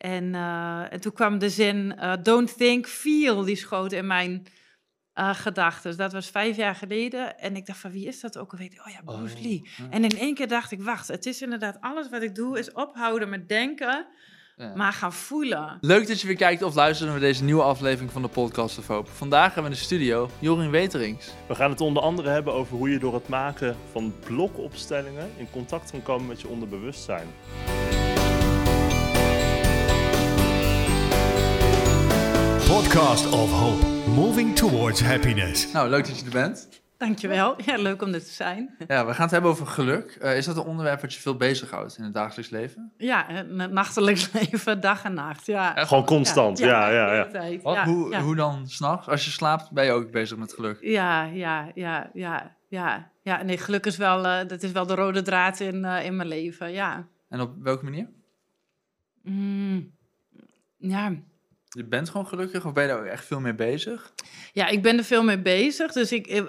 En toen kwam de zin don't think, feel, die schoot in mijn gedachten. Dat was 5 jaar geleden. En ik dacht van, wie is dat ook alweer? Oh ja, Bruce Lee. En in één keer dacht ik, wacht, het is inderdaad alles wat ik doe, is ophouden met denken, maar gaan voelen. Leuk dat je weer kijkt of luistert naar deze nieuwe aflevering van de Podcast of Hope. Vandaag hebben we in de studio Jorien Weterings. We gaan het onder andere hebben over hoe je door het maken van blokopstellingen in contact kan komen met je onderbewustzijn. Podcast of Hope. Moving towards happiness. Nou, leuk dat je er bent. Dankjewel. Ja, leuk om er te zijn. Ja, we gaan het hebben over geluk. Is dat een onderwerp wat je veel bezighoudt in het dagelijks leven? Ja, het nachtelijks leven, dag en nacht. Ja. Gewoon constant, ja. De hele tijd. Wat? Ja, Hoe dan 's nachts? Als je slaapt, ben je ook bezig met geluk? Ja. Nee, geluk is wel, dat is wel de rode draad in mijn leven, ja. En op welke manier? Ja. Je bent gewoon gelukkig of ben je er ook echt veel mee bezig? Ja, ik ben er veel mee bezig. Dus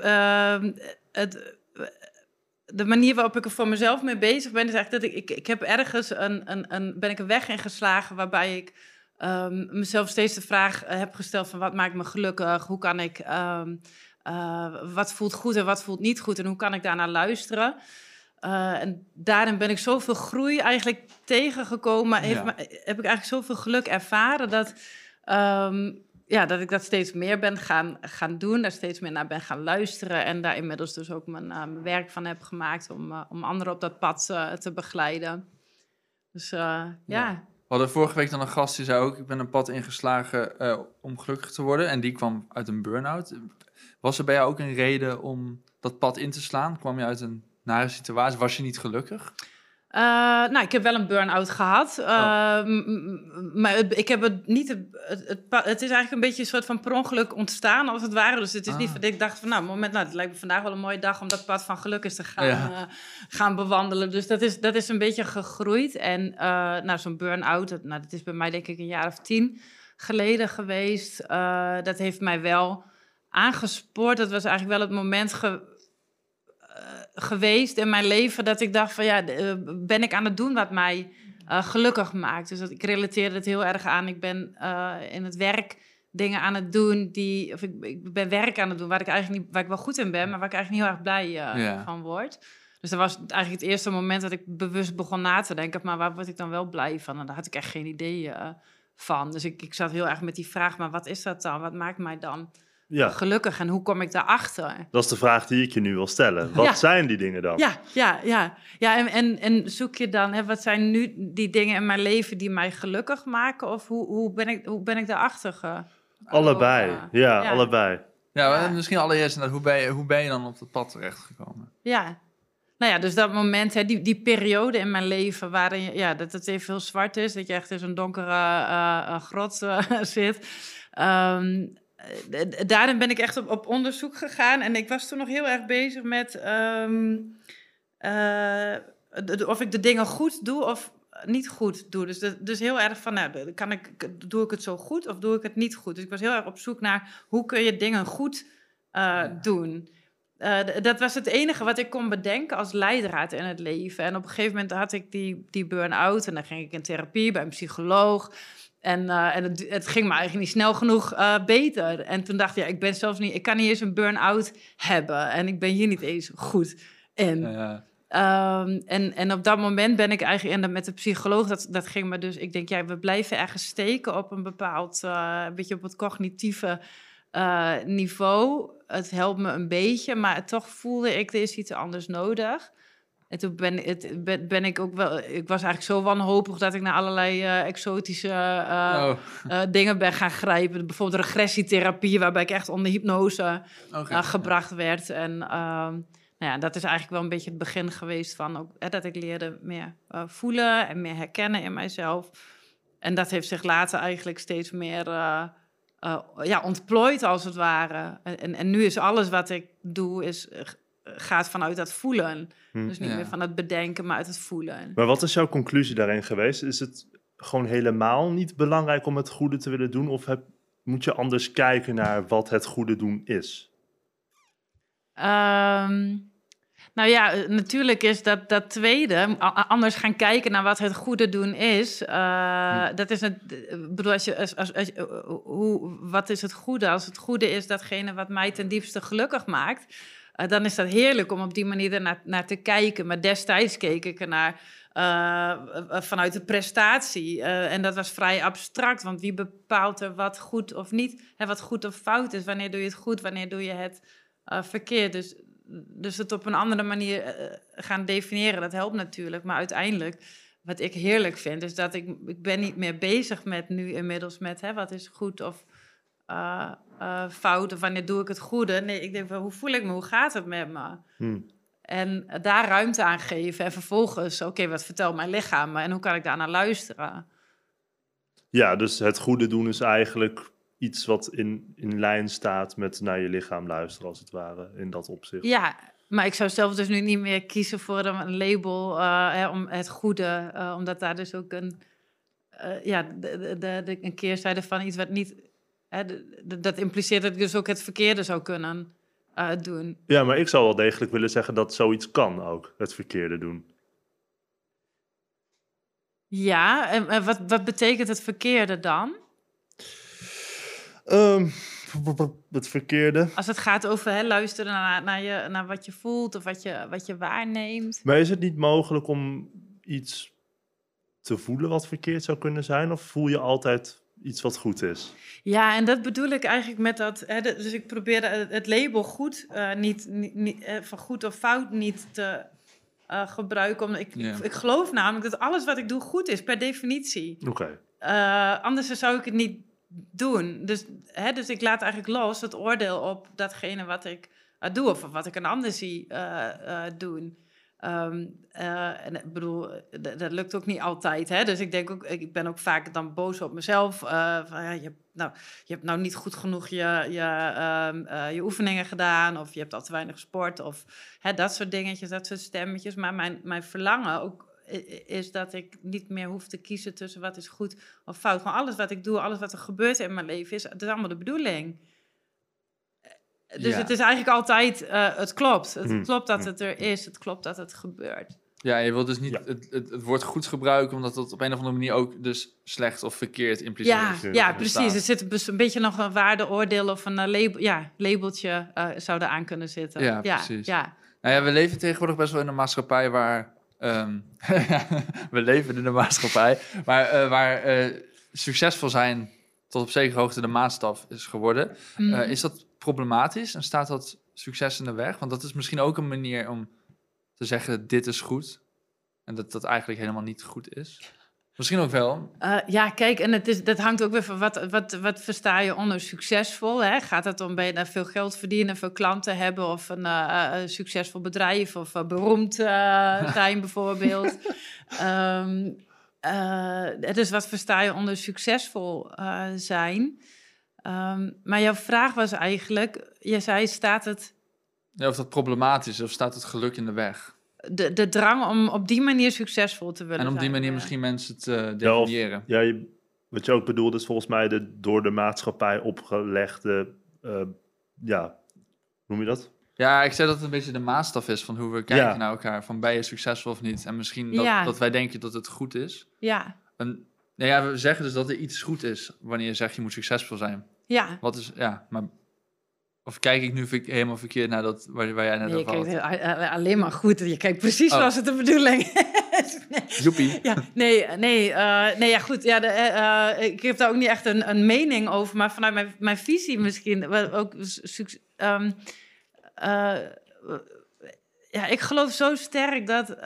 de manier waarop ik er voor mezelf mee bezig ben, is eigenlijk dat ik heb ergens ben ik een weg ingeslagen waarbij ik mezelf steeds de vraag heb gesteld van wat maakt me gelukkig? Hoe kan ik, wat voelt goed en wat voelt niet goed? En hoe kan ik daarnaar luisteren? En daarin ben ik zoveel groei eigenlijk tegengekomen. Heb ik eigenlijk zoveel geluk ervaren dat ik dat steeds meer ben gaan doen. Daar steeds meer naar ben gaan luisteren. En daar inmiddels dus ook mijn werk van heb gemaakt om anderen op dat pad te begeleiden. Dus ja. We hadden vorige week dan een gast die zei ook, ik ben een pad ingeslagen om gelukkig te worden. En die kwam uit een burn-out. Was er bij jou ook een reden om dat pad in te slaan? Kwam je uit een nare situatie? Was je niet gelukkig? Ik heb wel een burn-out gehad. Maar ik heb het niet. Het is eigenlijk een beetje een soort van per ongeluk ontstaan, als het ware. Dus het is niet dat ik dacht van, het lijkt me vandaag wel een mooie dag om dat pad van geluk eens te gaan bewandelen. Dus dat is een beetje gegroeid. En zo'n burn-out, dat is bij mij denk ik een jaar of 10 geleden geweest. Dat heeft mij wel aangespoord. Dat was eigenlijk wel het moment geweest in mijn leven dat ik dacht van ben ik aan het doen wat mij gelukkig maakt. Dus ik relateerde het heel erg aan. Ik ben in het werk dingen aan het doen ik ben werk aan het doen waar ik wel goed in ben, maar waar ik eigenlijk niet heel erg blij van word. Dus dat was eigenlijk het eerste moment dat ik bewust begon na te denken, maar waar word ik dan wel blij van? En daar had ik echt geen idee van. Dus ik zat heel erg met die vraag, maar wat is dat dan? Wat maakt mij dan gelukkig en hoe kom ik daarachter? Dat is de vraag die ik je nu wil stellen. Wat zijn die dingen dan? Ja, en zoek je dan, wat zijn nu die dingen in mijn leven die mij gelukkig maken? Of hoe ben ik daarachter Allebei, allebei. Ja, misschien allereerst, hoe ben je dan op dat pad terechtgekomen? Ja, dus dat moment, die periode in mijn leven waarin dat het even heel zwart is, dat je echt in zo'n donkere grot zit. Daarin ben ik echt op onderzoek gegaan. En ik was toen nog heel erg bezig met of ik de dingen goed doe of niet goed doe. Dus heel erg van, doe ik het zo goed of doe ik het niet goed? Dus ik was heel erg op zoek naar hoe kun je dingen goed doen. Dat was het enige wat ik kon bedenken als leidraad in het leven. En op een gegeven moment had ik die burn-out en dan ging ik in therapie bij een psycholoog. En het ging me eigenlijk niet snel genoeg beter. En toen dacht ik, ik kan niet eens een burn-out hebben. En ik ben hier niet eens goed in. En op dat moment ben ik eigenlijk met de psycholoog, dat ging me dus, ik denk, we blijven ergens steken op een bepaald, een beetje op het cognitieve niveau. Het helpt me een beetje, maar toch voelde ik, er is iets anders nodig. En toen ben ik ook wel. Ik was eigenlijk zo wanhopig dat ik naar allerlei exotische dingen ben gaan grijpen. Bijvoorbeeld regressietherapie, waarbij ik echt onder hypnose gebracht werd. En dat is eigenlijk wel een beetje het begin geweest van ook, dat ik leerde meer voelen en meer herkennen in mijzelf. En dat heeft zich later eigenlijk steeds meer ontplooid, als het ware. En nu is alles wat ik doe gaat vanuit dat voelen. Dus niet meer van het bedenken, maar uit het voelen. Maar wat is jouw conclusie daarin geweest? Is het gewoon helemaal niet belangrijk om het goede te willen doen? Of moet je anders kijken naar wat het goede doen is? Nou ja, natuurlijk is dat tweede, anders gaan kijken naar wat het goede doen is. Dat is ik bedoel, wat is het goede? Als het goede is datgene wat mij ten diepste gelukkig maakt, dan is dat heerlijk om op die manier ernaar te kijken. Maar destijds keek ik ernaar vanuit de prestatie. En dat was vrij abstract, want wie bepaalt er wat goed of niet, wat goed of fout is? Wanneer doe je het goed, wanneer doe je het verkeerd? Dus het op een andere manier gaan definiëren, dat helpt natuurlijk. Maar uiteindelijk, wat ik heerlijk vind, is dat ik ben niet meer bezig met nu inmiddels met wat is goed of fout, of wanneer doe ik het goede. Nee, ik denk, hoe voel ik me, hoe gaat het met me? En daar ruimte aan geven en vervolgens, oké, wat vertelt mijn lichaam me en hoe kan ik daar naar luisteren? Ja, dus het goede doen is eigenlijk iets wat in lijn staat met naar je lichaam luisteren, als het ware, in dat opzicht. Ja, maar ik zou zelf dus nu niet meer kiezen voor een label om het goede, omdat daar dus ook een keerzijde van iets wat niet, dat impliceert dat ik dus ook het verkeerde zou kunnen doen. Ja, maar ik zou wel degelijk willen zeggen dat zoiets kan ook, het verkeerde doen. Ja, en wat betekent het verkeerde dan? Het verkeerde. Als het gaat over luisteren naar wat je voelt of wat je waarneemt. Maar is het niet mogelijk om iets te voelen wat verkeerd zou kunnen zijn? Of voel je altijd iets wat goed is? Ja, en dat bedoel ik eigenlijk met dat. Dus ik probeer het label goed, niet van goed of fout niet te gebruiken. Ik geloof namelijk dat alles wat ik doe goed is, per definitie. Oké. Anders zou ik het niet doen. Dus ik laat eigenlijk los het oordeel op datgene wat ik doe of wat ik een ander zie doen. En ik bedoel, dat lukt ook niet altijd. Dus ik denk ook, ik ben ook vaak dan boos op mezelf. Je hebt nou niet goed genoeg je oefeningen gedaan, of je hebt al te weinig gesport, of dat soort dingetjes, dat soort stemmetjes. Maar mijn verlangen ook is dat ik niet meer hoef te kiezen tussen wat is goed of fout. Gewoon alles wat ik doe, alles wat er gebeurt in mijn leven, het is allemaal de bedoeling. Dus het is eigenlijk altijd, het klopt. Het klopt dat het er is, het klopt dat het gebeurt. Ja, je wilt dus niet het woord goed gebruiken, omdat het op een of andere manier ook dus slecht of verkeerd impliceert. Ja, precies. Er zit dus een beetje nog een waardeoordeel of een labeltje zou er aan kunnen zitten. Ja, precies. Ja. Nou ja, we leven tegenwoordig best wel in een maatschappij waar... we leven in een maatschappij waar succesvol zijn tot op zekere hoogte de maatstaf is geworden. Is dat problematisch en staat dat succes in de weg? Want dat is misschien ook een manier om te zeggen, dit is goed. En dat eigenlijk helemaal niet goed is. Misschien ook wel. Ja, kijk, en dat hangt ook weer van wat versta je onder succesvol? Hè? Gaat het om veel geld verdienen, veel klanten hebben, of een succesvol bedrijf, of beroemd zijn bijvoorbeeld? Dus wat versta je onder succesvol zijn? Maar jouw vraag was eigenlijk, je zei, staat het... Ja, of dat problematisch is, of staat het geluk in de weg? De drang om op die manier succesvol te willen zijn. En op die manier misschien mensen te definiëren. Wat je ook bedoelt is volgens mij de door de maatschappij opgelegde, noem je dat? Ja, ik zei dat het een beetje de maatstaf is van hoe we kijken naar elkaar. Van ben je succesvol of niet? En misschien dat wij denken dat het goed is. Ja. En, we zeggen dus dat er iets goed is wanneer je zegt je moet succesvol zijn. Ja. Maar... Of kijk ik nu helemaal verkeerd naar dat waar jij net over had? Je kijkt alleen maar goed. Je kijkt precies zoals het de bedoeling is. Joepie. Ja, ja, goed. Ja, ik heb daar ook niet echt een mening over. Maar vanuit mijn visie misschien. Ook, ik geloof zo sterk dat...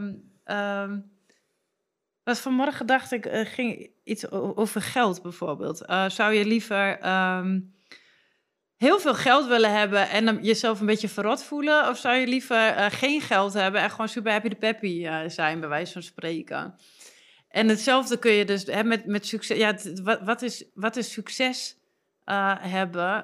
wat vanmorgen dacht ik, ging iets over geld bijvoorbeeld. Zou je liever... heel veel geld willen hebben en dan jezelf een beetje verrot voelen? Of zou je liever geen geld hebben en gewoon super happy de peppy zijn, bij wijze van spreken? En hetzelfde kun je dus met succes... Ja, wat is succes hebben?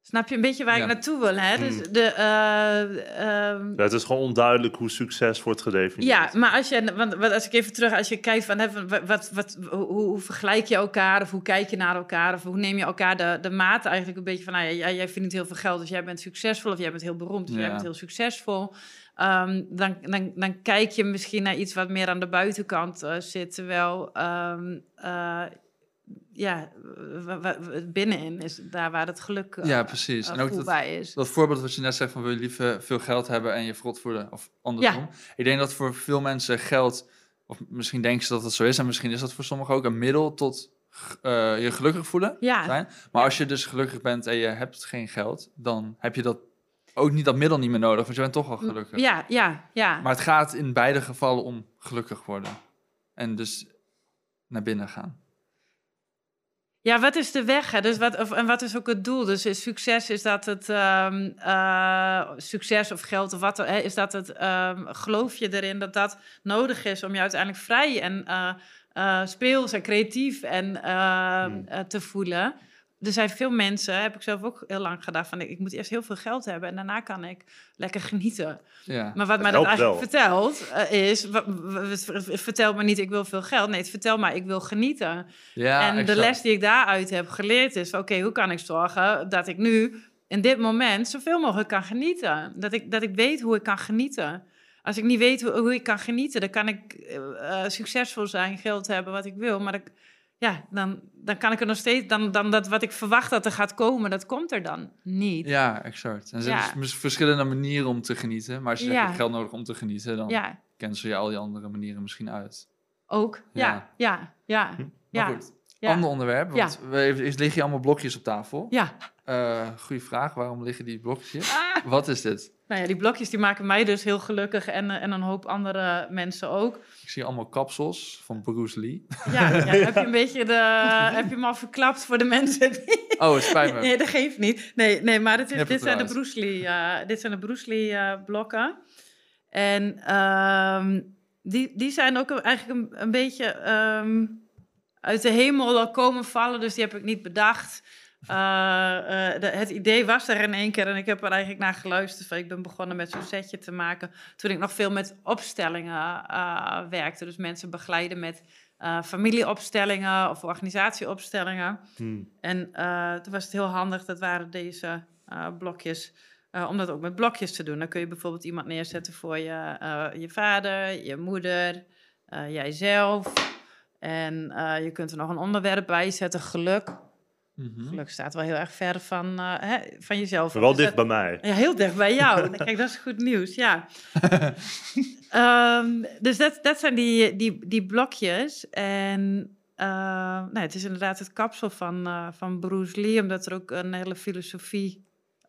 Snap je een beetje waar ik naartoe wil, hè? Dus Ja, het is gewoon onduidelijk hoe succes wordt gedefinieerd. ja, maar als ik even terug, als je kijkt van, hoe vergelijk je elkaar, of hoe kijk je naar elkaar, of hoe neem je elkaar de maat eigenlijk een beetje van, jij verdient heel veel geld, dus jij bent succesvol, of jij bent heel beroemd, dus jij bent heel succesvol. Dan kijk je misschien naar iets wat meer aan de buitenkant zit, terwijl binnenin is daar waar het geluk precies. En ook voelbaar is. dat voorbeeld wat je net zegt van wil je liever veel geld hebben en je verrot voelen, of andersom. Ja. Ik denk dat voor veel mensen geld, of misschien denken ze dat het zo is, en misschien is dat voor sommigen ook een middel tot je gelukkig voelen zijn. Maar als je dus gelukkig bent en je hebt geen geld, dan heb je dat ook niet dat middel niet meer nodig, want je bent toch al gelukkig. Ja. Maar het gaat in beide gevallen om gelukkig worden. En dus naar binnen gaan. Ja, wat is de weg? Hè? Dus wat is ook het doel? Dus succes, is dat het succes of geld of wat is dat het? Geloof je erin dat dat nodig is om je uiteindelijk vrij en speels en creatief en te voelen? Er zijn veel mensen, heb ik zelf ook heel lang gedacht, van ik moet eerst heel veel geld hebben en daarna kan ik lekker genieten. Ja. Maar wat mij dat eigenlijk vertelt is, vertel me niet ik wil veel geld. Nee, het vertel maar ik wil genieten. Ja, en de les die ik daaruit heb geleerd is, oké, hoe kan ik zorgen dat ik nu in dit moment zoveel mogelijk kan genieten? Dat ik weet hoe ik kan genieten. Als ik niet weet hoe ik kan genieten, dan kan ik succesvol zijn, geld hebben, wat ik wil, maar dan kan ik er nog steeds... Dan dat wat ik verwacht dat er gaat komen, dat komt er dan niet. Ja, exact. En er zijn dus verschillende manieren om te genieten. Maar als je hebt geld nodig om te genieten, dan cancel je al die andere manieren misschien uit. Ook, ja. Maar goed, ander onderwerp. Want liggen hier allemaal blokjes op tafel. Ja. Goeie vraag, waarom liggen die blokjes? Wat is dit? Nou ja, die blokjes die maken mij dus heel gelukkig en een hoop andere mensen ook. Ik zie allemaal kapsels van Bruce Lee. Ja, heb je een beetje heb je hem al verklapt voor de mensen die... Oh, het spijt me. Nee, dat geeft niet. Nee, maar dit zijn de Bruce Lee blokken. En die zijn ook eigenlijk een beetje uit de hemel komen vallen, dus die heb ik niet bedacht. Het idee was er in één keer en ik heb er eigenlijk naar geluisterd. Ik ben begonnen met zo'n setje te maken toen ik nog veel met opstellingen werkte. Dus mensen begeleiden met familieopstellingen of organisatieopstellingen. En toen was het heel handig, dat waren deze blokjes, om dat ook met blokjes te doen. Dan kun je bijvoorbeeld iemand neerzetten voor je vader, je moeder, jijzelf. En je kunt er nog een onderwerp bij zetten, geluk. Geluk staat wel heel erg ver van jezelf. Maar wel dicht bij mij. Ja, heel dicht bij jou. Kijk, dat is goed nieuws, ja. Dus dat zijn die blokjes. En het is inderdaad het kapsel van Bruce Lee, omdat er ook een hele filosofie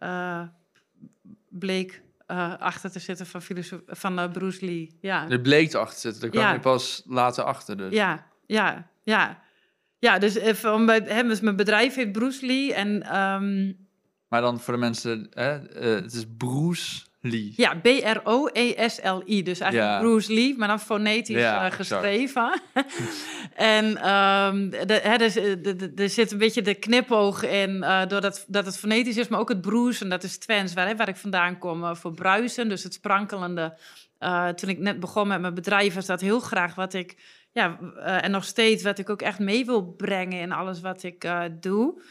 bleek achter te zitten van Bruce Lee. Ja. Er bleek achter te zitten, daar kwam je pas later achter. Dus. Ja. Ja, dus dus mijn bedrijf heet Bruce Lee en... Maar dan voor de mensen, het is Bruce Lee. Ja, B-R-O-E-S-L-I, dus eigenlijk Bruce Lee, maar dan fonetisch geschreven. En er zit een beetje de knipoog in, doordat dat het fonetisch is, maar ook het Bruce, en dat is Twents, waar ik vandaan kom, voor bruisen, dus het sprankelende. Toen ik net begon met mijn bedrijf, was dat heel graag wat ik... en nog steeds wat ik ook echt mee wil brengen in alles wat ik doe.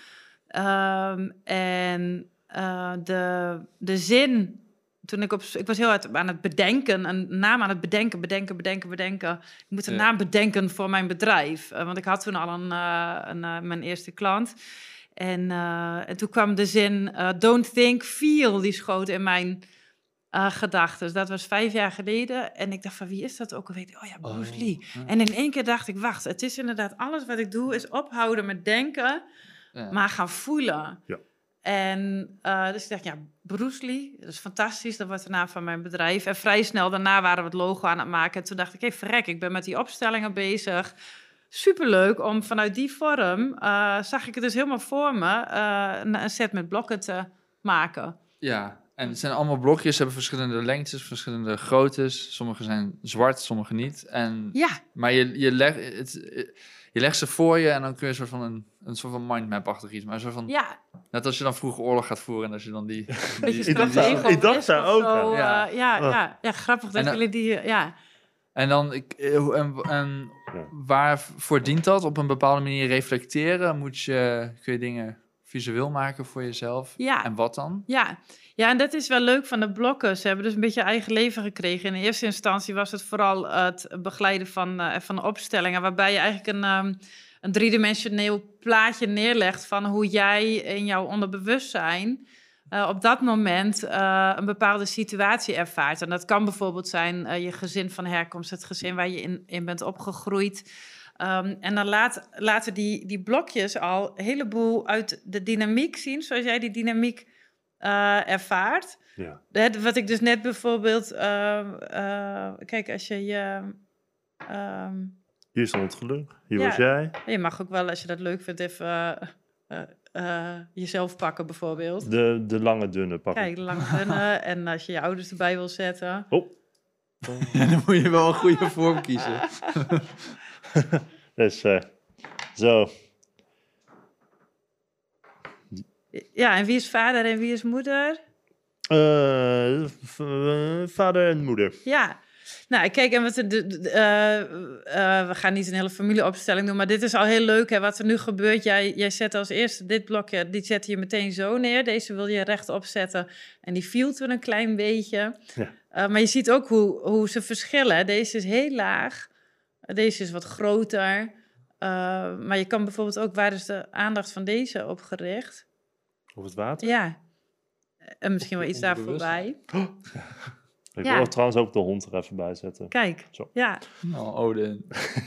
De zin, toen ik was heel hard aan het bedenken, een naam aan het bedenken. Ik moet een naam bedenken voor mijn bedrijf. Want ik had toen al mijn eerste klant. En toen kwam de zin, don't think, feel, die schoot in mijn... gedachten. Dus dat was 5 jaar geleden. En ik dacht van, wie is dat ook alweer? Oh ja, Bruce Lee. En in één keer dacht ik, wacht, het is inderdaad alles wat ik doe, is ophouden met denken, maar gaan voelen. Ja. En dus ik dacht, Bruce Lee, dat is fantastisch, dat wordt de naam van mijn bedrijf. En vrij snel daarna waren we het logo aan het maken. En toen dacht ik, verrek, ik ben met die opstellingen bezig. Superleuk om vanuit die vorm, zag ik het dus helemaal voor me, een set met blokken te maken. Ja. En het zijn allemaal blokjes, hebben verschillende lengtes, verschillende groottes. Sommige zijn zwart, sommige niet. Maar je je legt ze voor je en dan kun je een soort van mindmap-achtig iets. Maar een soort van, Ja, net als je dan vroeger oorlog gaat voeren en als je dan die... beetje Ik dacht daar- strategie ik dacht is daar of ook zo, aan. ja, grappig dat En, jullie die... Ja. En dan, waarvoor dient dat? Op een bepaalde manier reflecteren? Kun je dingen visueel maken voor jezelf? Ja. En wat dan? Ja, en dat is wel leuk van de blokken. Ze hebben dus een beetje eigen leven gekregen. In eerste instantie was het vooral het begeleiden van opstellingen, waarbij je eigenlijk een driedimensioneel plaatje neerlegt van hoe jij in jouw onderbewustzijn op dat moment een bepaalde situatie ervaart. En dat kan bijvoorbeeld zijn je gezin van herkomst, het gezin waar je in bent opgegroeid. En dan laten die blokjes al een heleboel uit de dynamiek zien, zoals jij die dynamiek ervaart. Ja. Wat ik dus net bijvoorbeeld... kijk, als je Hier stond het geluk. Hier Ja. was jij. je mag ook wel, als je dat leuk vindt, even jezelf pakken bijvoorbeeld. De lange, dunne pak. Kijk, de lange dunne. En als je je ouders erbij wil zetten. Oh. Dan moet je wel een goede vorm kiezen. Dus zo. Ja, en wie is vader en wie is moeder? Vader en moeder. Ja, nou kijk, en we gaan niet een hele familieopstelling doen, maar dit is al heel leuk hè, wat er nu gebeurt. Jij zet als eerste dit blokje, die zet je meteen zo neer. Deze wil je rechtop zetten en die vielt er een klein beetje. Ja. Maar je ziet ook hoe ze verschillen. Deze is heel laag, deze is wat groter. Maar je kan bijvoorbeeld ook, waar is de aandacht van deze op gericht? Op het water. Ja, en misschien wel iets daar Onbewust. voorbij. Ik Ja. wil trouwens ook de hond er even bij zetten. Kijk, Zo. ja. Nou, Odin.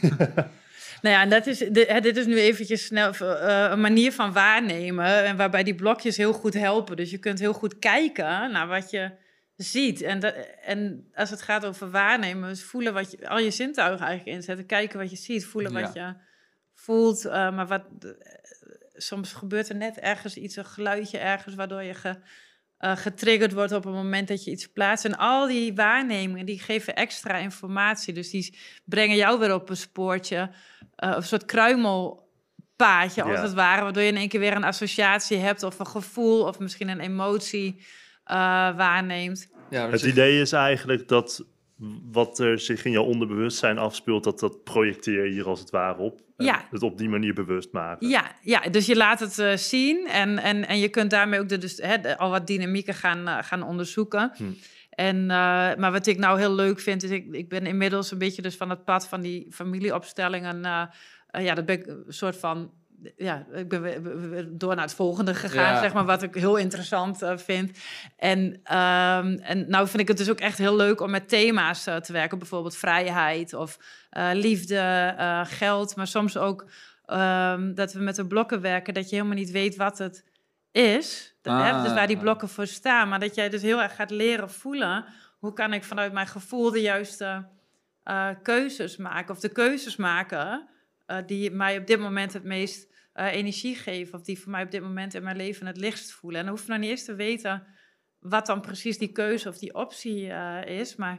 Nou ja, en dit is nu eventjes snel een manier van waarnemen, en waarbij die blokjes heel goed helpen. Dus je kunt heel goed kijken naar wat je ziet. En als het gaat over waarnemen, dus voelen wat je, al je zintuigen eigenlijk inzetten, kijken wat je ziet, voelen wat je voelt. Maar soms gebeurt er net ergens iets, een geluidje ergens, waardoor je getriggerd wordt op het moment dat je iets plaatst. En al die waarnemingen, die geven extra informatie. Dus die brengen jou weer op een spoortje, een soort kruimelpaadje als het ware, waardoor je in één keer weer een associatie hebt of een gevoel of misschien een emotie waarneemt. Ja, Het idee is eigenlijk dat wat er zich in jouw onderbewustzijn afspeelt, dat projecteer je hier als het ware op. En Ja. het op die manier bewust maken. Ja, dus je laat het zien en je kunt daarmee ook al wat dynamieken gaan onderzoeken. Maar wat ik nou heel leuk vind, is ik ben inmiddels een beetje dus van het pad van die familieopstellingen. Dat ben ik een soort van... Ja, ik ben door naar het volgende gegaan, zeg maar, wat ik heel interessant vind. En nou vind ik het dus ook echt heel leuk om met thema's te werken. Bijvoorbeeld vrijheid of liefde, geld. Maar soms ook dat we met de blokken werken, dat je helemaal niet weet wat het is. Dus waar die blokken voor staan. Maar dat jij dus heel erg gaat leren voelen. Hoe kan ik vanuit mijn gevoel de juiste keuzes maken? Of de keuzes maken die mij op dit moment het meest energie geven, of die voor mij op dit moment in mijn leven het lichtst voelen. En dan hoef je nog niet eens te weten wat dan precies die keuze of die optie is, maar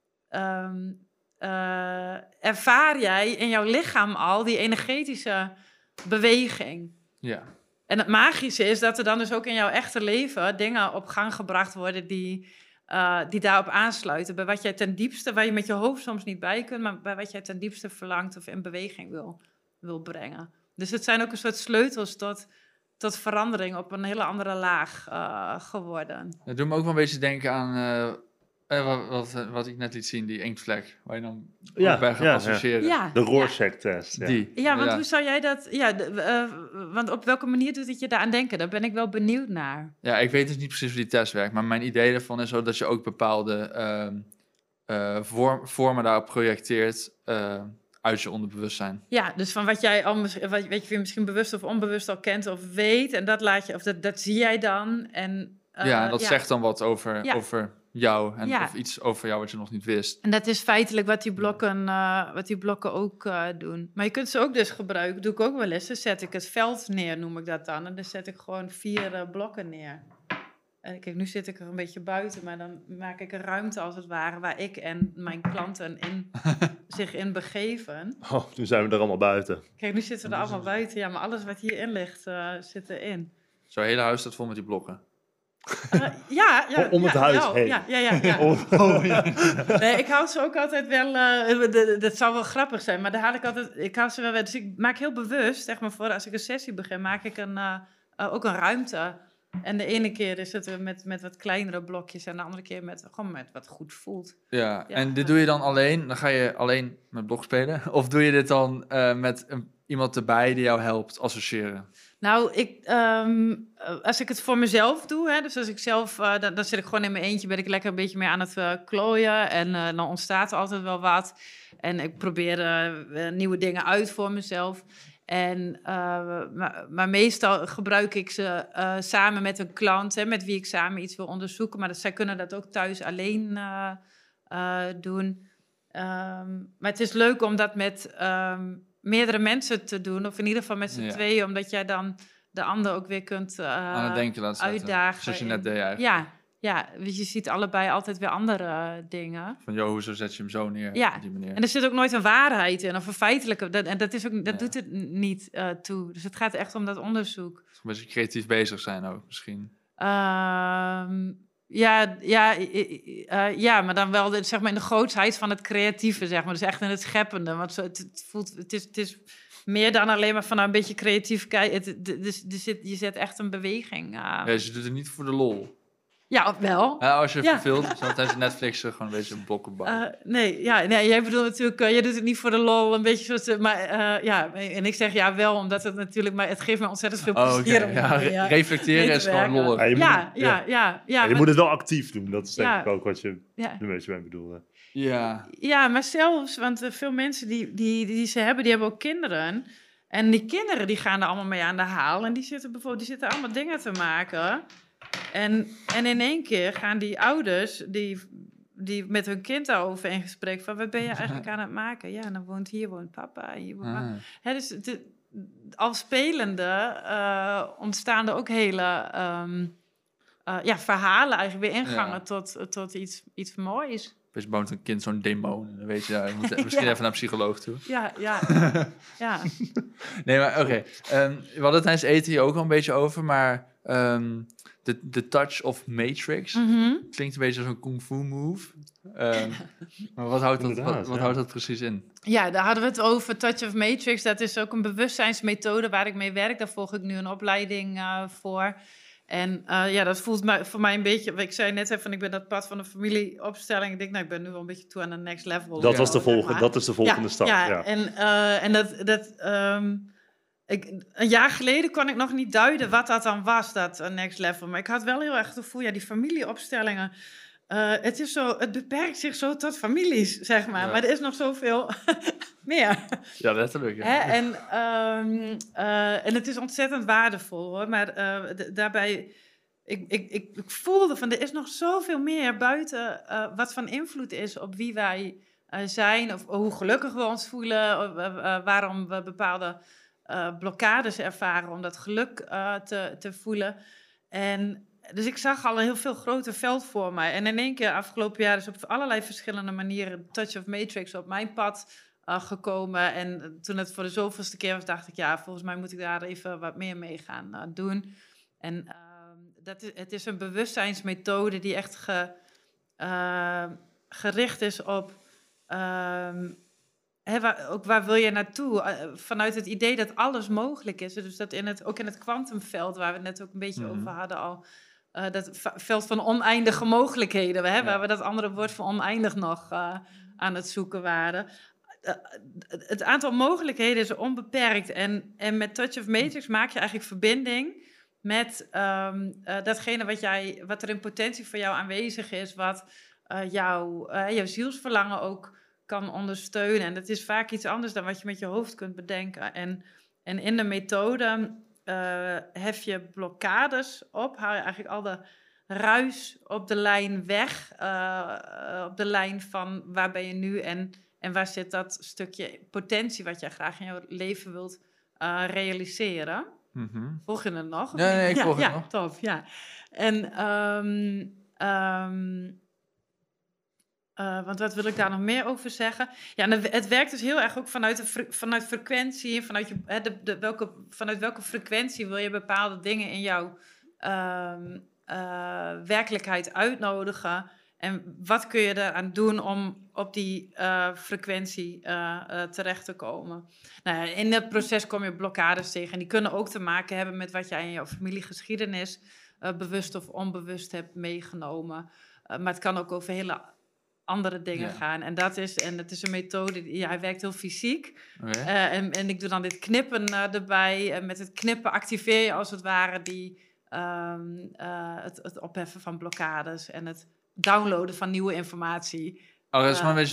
ervaar jij in jouw lichaam al die energetische beweging. Ja. En het magische is dat er dan dus ook in jouw echte leven dingen op gang gebracht worden die daarop aansluiten. Bij wat jij ten diepste, waar je met je hoofd soms niet bij kunt, maar bij wat jij ten diepste verlangt of in beweging wil brengen. Dus het zijn ook een soort sleutels tot verandering op een hele andere laag geworden. Dat doet me ook wel een beetje denken aan wat ik net liet zien, die inktvlek, waar je dan ook bij gaat associëren. Ja. De Rorschach-test. Want hoe zou jij dat... want op welke manier doet het je daaraan denken? Daar ben ik wel benieuwd naar. Ja, ik weet dus niet precies hoe die test werkt, maar mijn idee daarvan is zo dat je ook bepaalde vormen daarop projecteert uit je onderbewustzijn. Ja, dus van wat jij wat je misschien bewust of onbewust al kent of weet, en dat laat je, of dat zie jij dan. En dat zegt dan wat over jou en of iets over jou wat je nog niet wist. En dat is feitelijk wat die blokken ook doen. Maar je kunt ze ook dus gebruiken, doe ik ook wel eens. Dan zet ik het veld neer, noem ik dat dan. En dan zet ik gewoon 4 blokken neer. Kijk, nu zit ik er een beetje buiten, maar dan maak ik een ruimte als het ware waar ik en mijn klanten zich in begeven. Oh, nu zijn we er allemaal buiten. Kijk, nu zitten we er allemaal buiten, ja, maar alles wat hierin ligt zit erin. Zo'n hele huis staat vol met die blokken. Ja, Om het huis wel. heen. Ja. Nee, ik hou ze ook altijd wel, dat zou wel grappig zijn, maar daar haal ik hou ze wel, dus ik maak heel bewust, zeg maar, voor als ik een sessie begin, maak ik ook een ruimte. En de ene keer is het met wat kleinere blokjes en de andere keer gewoon met wat goed voelt. Ja, en dit doe je dan alleen? Dan ga je alleen met blok spelen? Of doe je dit dan met iemand erbij die jou helpt associëren? Nou, als ik het voor mezelf doe, hè, dus als ik zelf, dan zit ik gewoon in mijn eentje, ben ik lekker een beetje mee aan het klooien. En dan ontstaat er altijd wel wat. En ik probeer nieuwe dingen uit voor mezelf. En, maar meestal gebruik ik ze samen met een klant, hè, met wie ik samen iets wil onderzoeken. Maar zij kunnen dat ook thuis alleen doen. Maar het is leuk om dat met meerdere mensen te doen, of in ieder geval met z'n tweeën, omdat jij dan de ander ook weer kunt aan het denken laten zetten. uitdagen. Zoals je net deed eigenlijk. Ja, je ziet allebei altijd weer andere dingen. Van, joh, hoezo zet je hem zo neer Ja, op die manier? en er zit ook nooit een waarheid in, of een feitelijke, dat doet het niet toe. Dus het gaat echt om dat onderzoek. Een beetje creatief bezig zijn ook, misschien. Maar dan wel zeg maar in de grootsheid van het creatieve, zeg maar. Dus echt in het scheppende. Want het is meer dan alleen maar van een beetje creatief kijken. Je zet echt een beweging. Dus je doet het niet voor de lol. Ja, wel. Ja, als je verveelt, zo tijdens Netflix gewoon een beetje blokken bouwen. Nee, jij bedoelt natuurlijk, je doet het niet voor de lol, een beetje zoals, en ik zeg ja wel, omdat het natuurlijk, maar het geeft me ontzettend veel plezier. Okay. Reflecteren is gewoon lollig. Je moet het wel actief doen, dat is denk ik ook wat je een beetje mee bedoelde. Ja, maar zelfs, want veel mensen die ze hebben, die hebben ook kinderen. En die kinderen die gaan er allemaal mee aan de haal. En die zitten allemaal dingen te maken. En in één keer gaan die ouders, die met hun kind daarover in gesprek van, wat ben je eigenlijk aan het maken? Ja, dan woont papa, hier woont mama. Dus al spelende ontstaan er ook hele verhalen, eigenlijk weer ingangen tot iets moois. Dus woont een kind zo'n demon. Dan weet je, je moet misschien even naar een psycholoog toe. Ja. Nee, maar oké. We hadden het tijdens eten hier ook al een beetje over, maar de touch of Matrix klinkt een beetje als een kung fu move. Maar wat houdt dat precies in? Ja, daar hadden we het over. Touch of Matrix, dat is ook een bewustzijnsmethode waar ik mee werk. Daar volg ik nu een opleiding voor. En dat voelt voor mij een beetje... Ik zei net even, ik ben dat pad van een familieopstelling. Ik denk, ik ben nu wel een beetje toe aan de next level. Dat is de volgende stap. Ja. En een jaar geleden kon ik nog niet duiden wat dat dan was, dat next level. Maar ik had wel heel erg het gevoel, die familieopstellingen... het beperkt zich zo tot families, zeg maar. Ja. Maar er is nog zoveel meer. Ja, letterlijk. Ja. Hè? En het is ontzettend waardevol, hoor. Maar daarbij... Ik voelde van, er is nog zoveel meer buiten wat van invloed is op wie wij zijn. Of hoe gelukkig we ons voelen. Of, waarom we bepaalde blokkades ervaren om dat geluk te voelen. Dus ik zag al een heel veel groter veld voor mij. En in één keer afgelopen jaar is op allerlei verschillende manieren Touch of Matrix op mijn pad gekomen. En toen het voor de zoveelste keer was, dacht ik, volgens mij moet ik daar even wat meer mee gaan doen. En het is een bewustzijnsmethode die echt gericht is op... waar wil je naartoe? Vanuit het idee dat alles mogelijk is. Dus dat ook in het kwantumveld, waar we het net ook een beetje over hadden al... dat veld van oneindige mogelijkheden, waar we dat andere woord van oneindig nog aan het zoeken waren. Het aantal mogelijkheden is onbeperkt. En met Touch of Matrix maak je eigenlijk verbinding met datgene wat er in potentie voor jou aanwezig is, wat jouw zielsverlangen ook kan ondersteunen. En dat is vaak iets anders dan wat je met je hoofd kunt bedenken. En in de methode hef je blokkades op, haal je eigenlijk al de ruis op de lijn weg, op de lijn van waar ben je nu en waar zit dat stukje potentie wat jij graag in jouw leven wilt realiseren. Volg je het nog? Nee, ik volg het nog. Tof, ja. En want wat wil ik daar nog meer over zeggen? Ja, en het werkt dus heel erg ook vanuit frequentie, vanuit welke frequentie wil je bepaalde dingen in jouw werkelijkheid uitnodigen. En wat kun je eraan doen om op die frequentie terecht te komen? Nou ja, in het proces kom je blokkades tegen. En die kunnen ook te maken hebben met wat jij in jouw familiegeschiedenis bewust of onbewust hebt meegenomen. Maar het kan ook over hele andere dingen gaan. En het is een methode, hij werkt heel fysiek. Okay. En ik doe dan dit knippen erbij. En met het knippen activeer je als het ware het opheffen van blokkades en het downloaden van nieuwe informatie. Maar weet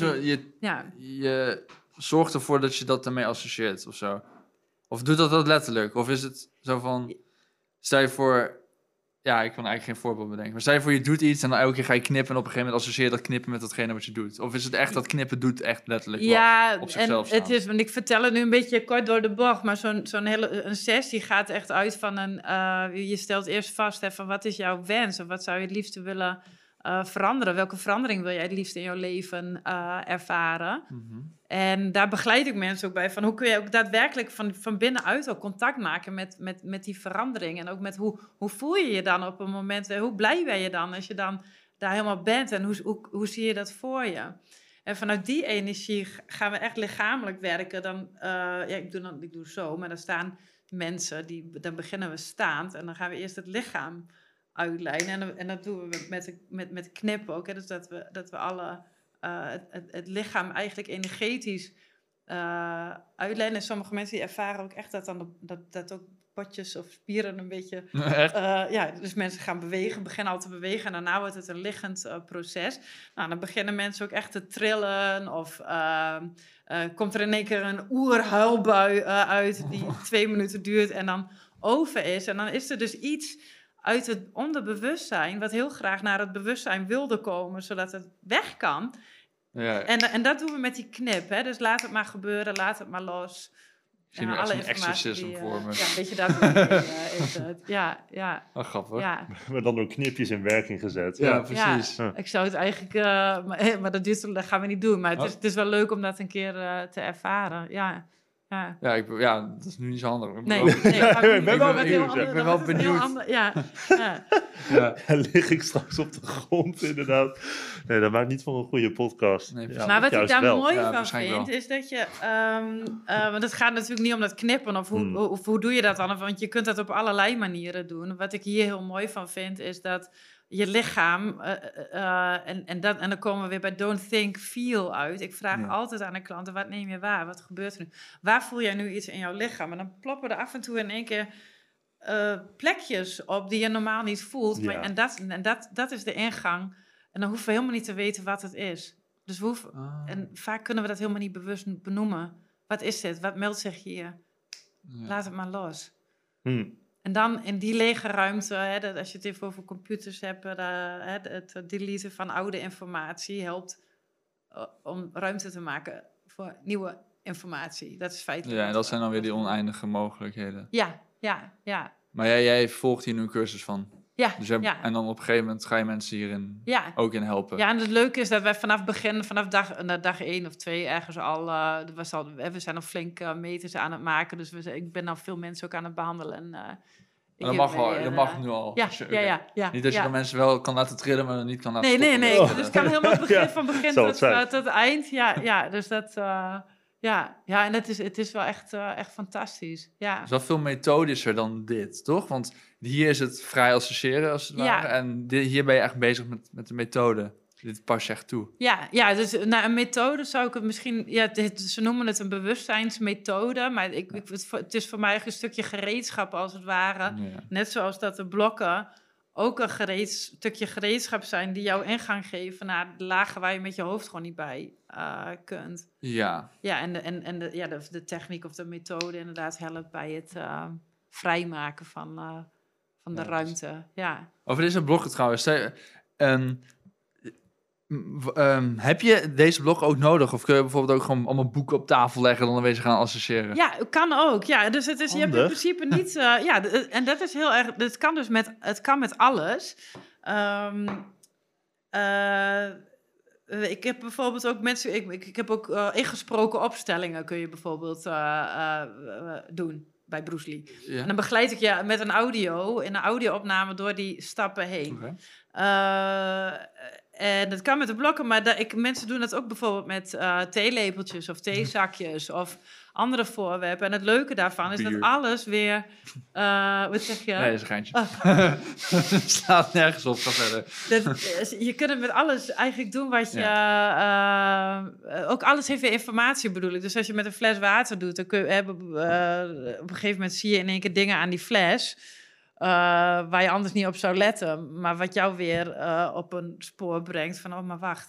je zorgt ervoor dat je dat ermee associeert of zo. Of doet dat letterlijk? Of is het zo van, stel je voor, ja, ik kan eigenlijk geen voorbeeld bedenken. Maar stel je voor, je doet iets en dan elke keer ga je knippen en op een gegeven moment associeer je dat knippen met datgene wat je doet. Of is het echt dat knippen doet echt letterlijk op zichzelf staan? Het is, want ik vertel het nu een beetje kort door de bocht, maar een sessie gaat echt uit van je stelt eerst vast van wat is jouw wens of wat zou je het liefste willen veranderen? Welke verandering wil jij het liefst in jouw leven ervaren? Mm-hmm. En daar begeleid ik mensen ook bij van hoe kun je ook daadwerkelijk van binnenuit ook contact maken met die verandering. En ook met hoe voel je je dan op een moment, hoe blij ben je dan als je dan daar helemaal bent en hoe zie je dat voor je? En vanuit die energie gaan we echt lichamelijk werken. Ik doe zo, maar dan staan mensen, dan beginnen we staand en dan gaan we eerst het lichaam uitlijnen. En dat doen we met knippen ook. Hè? Dus dat we alle het lichaam eigenlijk energetisch uitlijnen. En sommige mensen die ervaren ook echt dat ook botjes of spieren een beetje... dus mensen gaan beginnen al te bewegen en daarna wordt het een liggend proces. Nou, dan beginnen mensen ook echt te trillen of komt er in één keer een oerhuilbui uit die 2 minuten duurt en dan over is. En dan is er dus iets uit het onderbewustzijn wat heel graag naar het bewustzijn wilde komen, zodat het weg kan. Ja. En dat doen we met die knip. Hè? Dus laat het maar gebeuren, laat het maar los. Ik zie nu echt een exorcisme voor me. Ja, weet je, dat is het. Ja. Oh, grappig. Ja. Maar dan door knipjes in werking gezet. Ja, precies. Ja, ik zou het eigenlijk... maar dat gaan we niet doen. Maar het is wel leuk om dat een keer te ervaren. Ja. Dat is nu niet zo handig. Ik ben wel benieuwd. Lig ik straks op de grond, inderdaad. Nee, dat maakt niet voor een goede podcast. Nee, maar wat ik daar mooi van vind, is dat je... want het gaat natuurlijk niet om dat knippen of hoe doe je dat dan? Want je kunt dat op allerlei manieren doen. Wat ik hier heel mooi van vind, is dat je lichaam... en dan komen we weer bij don't think, feel uit. Ik vraag altijd aan de klanten, wat neem je waar? Wat gebeurt er nu? Waar voel jij nu iets in jouw lichaam? En dan ploppen er af en toe in één keer plekjes op die je normaal niet voelt. Ja. En dat is de ingang. En dan hoeven we helemaal niet te weten wat het is. Dus en vaak kunnen we dat helemaal niet bewust benoemen. Wat is dit? Wat meldt zich hier? Ja. Laat het maar los. En dan in die lege ruimte, als je het even over computers hebt, het deleten van oude informatie helpt om ruimte te maken voor nieuwe informatie. Dat is feitelijk. Ja, en dat zijn dan weer die oneindige mogelijkheden. Ja. Maar jij volgt hier nu een cursus van. Ja, dus en dan op een gegeven moment ga je mensen hierin ook in helpen. Ja, en het leuke is dat wij vanaf dag 1 of 2 ergens we zijn al flink meters aan het maken. Dus ik ben al veel mensen ook aan het behandelen. Dat mag nu al. Ja. Niet dat je dan mensen wel kan laten trillen, maar dan niet kan laten stoppen. Nee. Dus het kan helemaal van begin tot eind. Ja, dus dat... en het is wel echt fantastisch. Ja. Het is wel veel methodischer dan dit, toch? Want hier is het vrij associëren, als het ware. En hier ben je echt bezig met de methode. Dit pas je echt toe. Ja, dus een methode zou ik het misschien... Ja, ze noemen het een bewustzijnsmethode. Maar het is voor mij een stukje gereedschap, als het ware. Ja. Net zoals dat de blokken ook een stukje gereedschap zijn die jou ingang geven naar de lagen waar je met je hoofd gewoon niet bij kunt. Ja. Ja, en de techniek of de methode inderdaad helpt bij het vrijmaken van de ruimte. Ja. Over deze blokken trouwens. Heb je deze blog ook nodig? Of kun je bijvoorbeeld ook gewoon allemaal boeken op tafel leggen... en dan weer gaan associëren? Ja, kan ook. Ja, dus je hebt in Handig. principe niet... en dat is heel erg... Het kan met alles. Ik heb bijvoorbeeld ook mensen... Ik heb ook ingesproken opstellingen kun je bijvoorbeeld doen bij Bruce Lee. Ja. En dan begeleid ik je met een in een audio-opname door die stappen heen. Oké. En dat kan met de blokken, maar mensen doen dat ook bijvoorbeeld met theelepeltjes of theezakjes of andere voorwerpen. En het leuke daarvan is dat Bier. alles weer... wat zeg je? Nee, dat is een geintje. Slaat nergens op, ga verder. Je kunt het met alles eigenlijk doen wat je... ook alles heeft weer informatie, bedoel ik. Dus als je met een fles water doet, dan kun je... op een gegeven moment zie je in één keer dingen aan die fles... waar je anders niet op zou letten. Maar wat jou weer op een spoor brengt van... oh, maar wacht.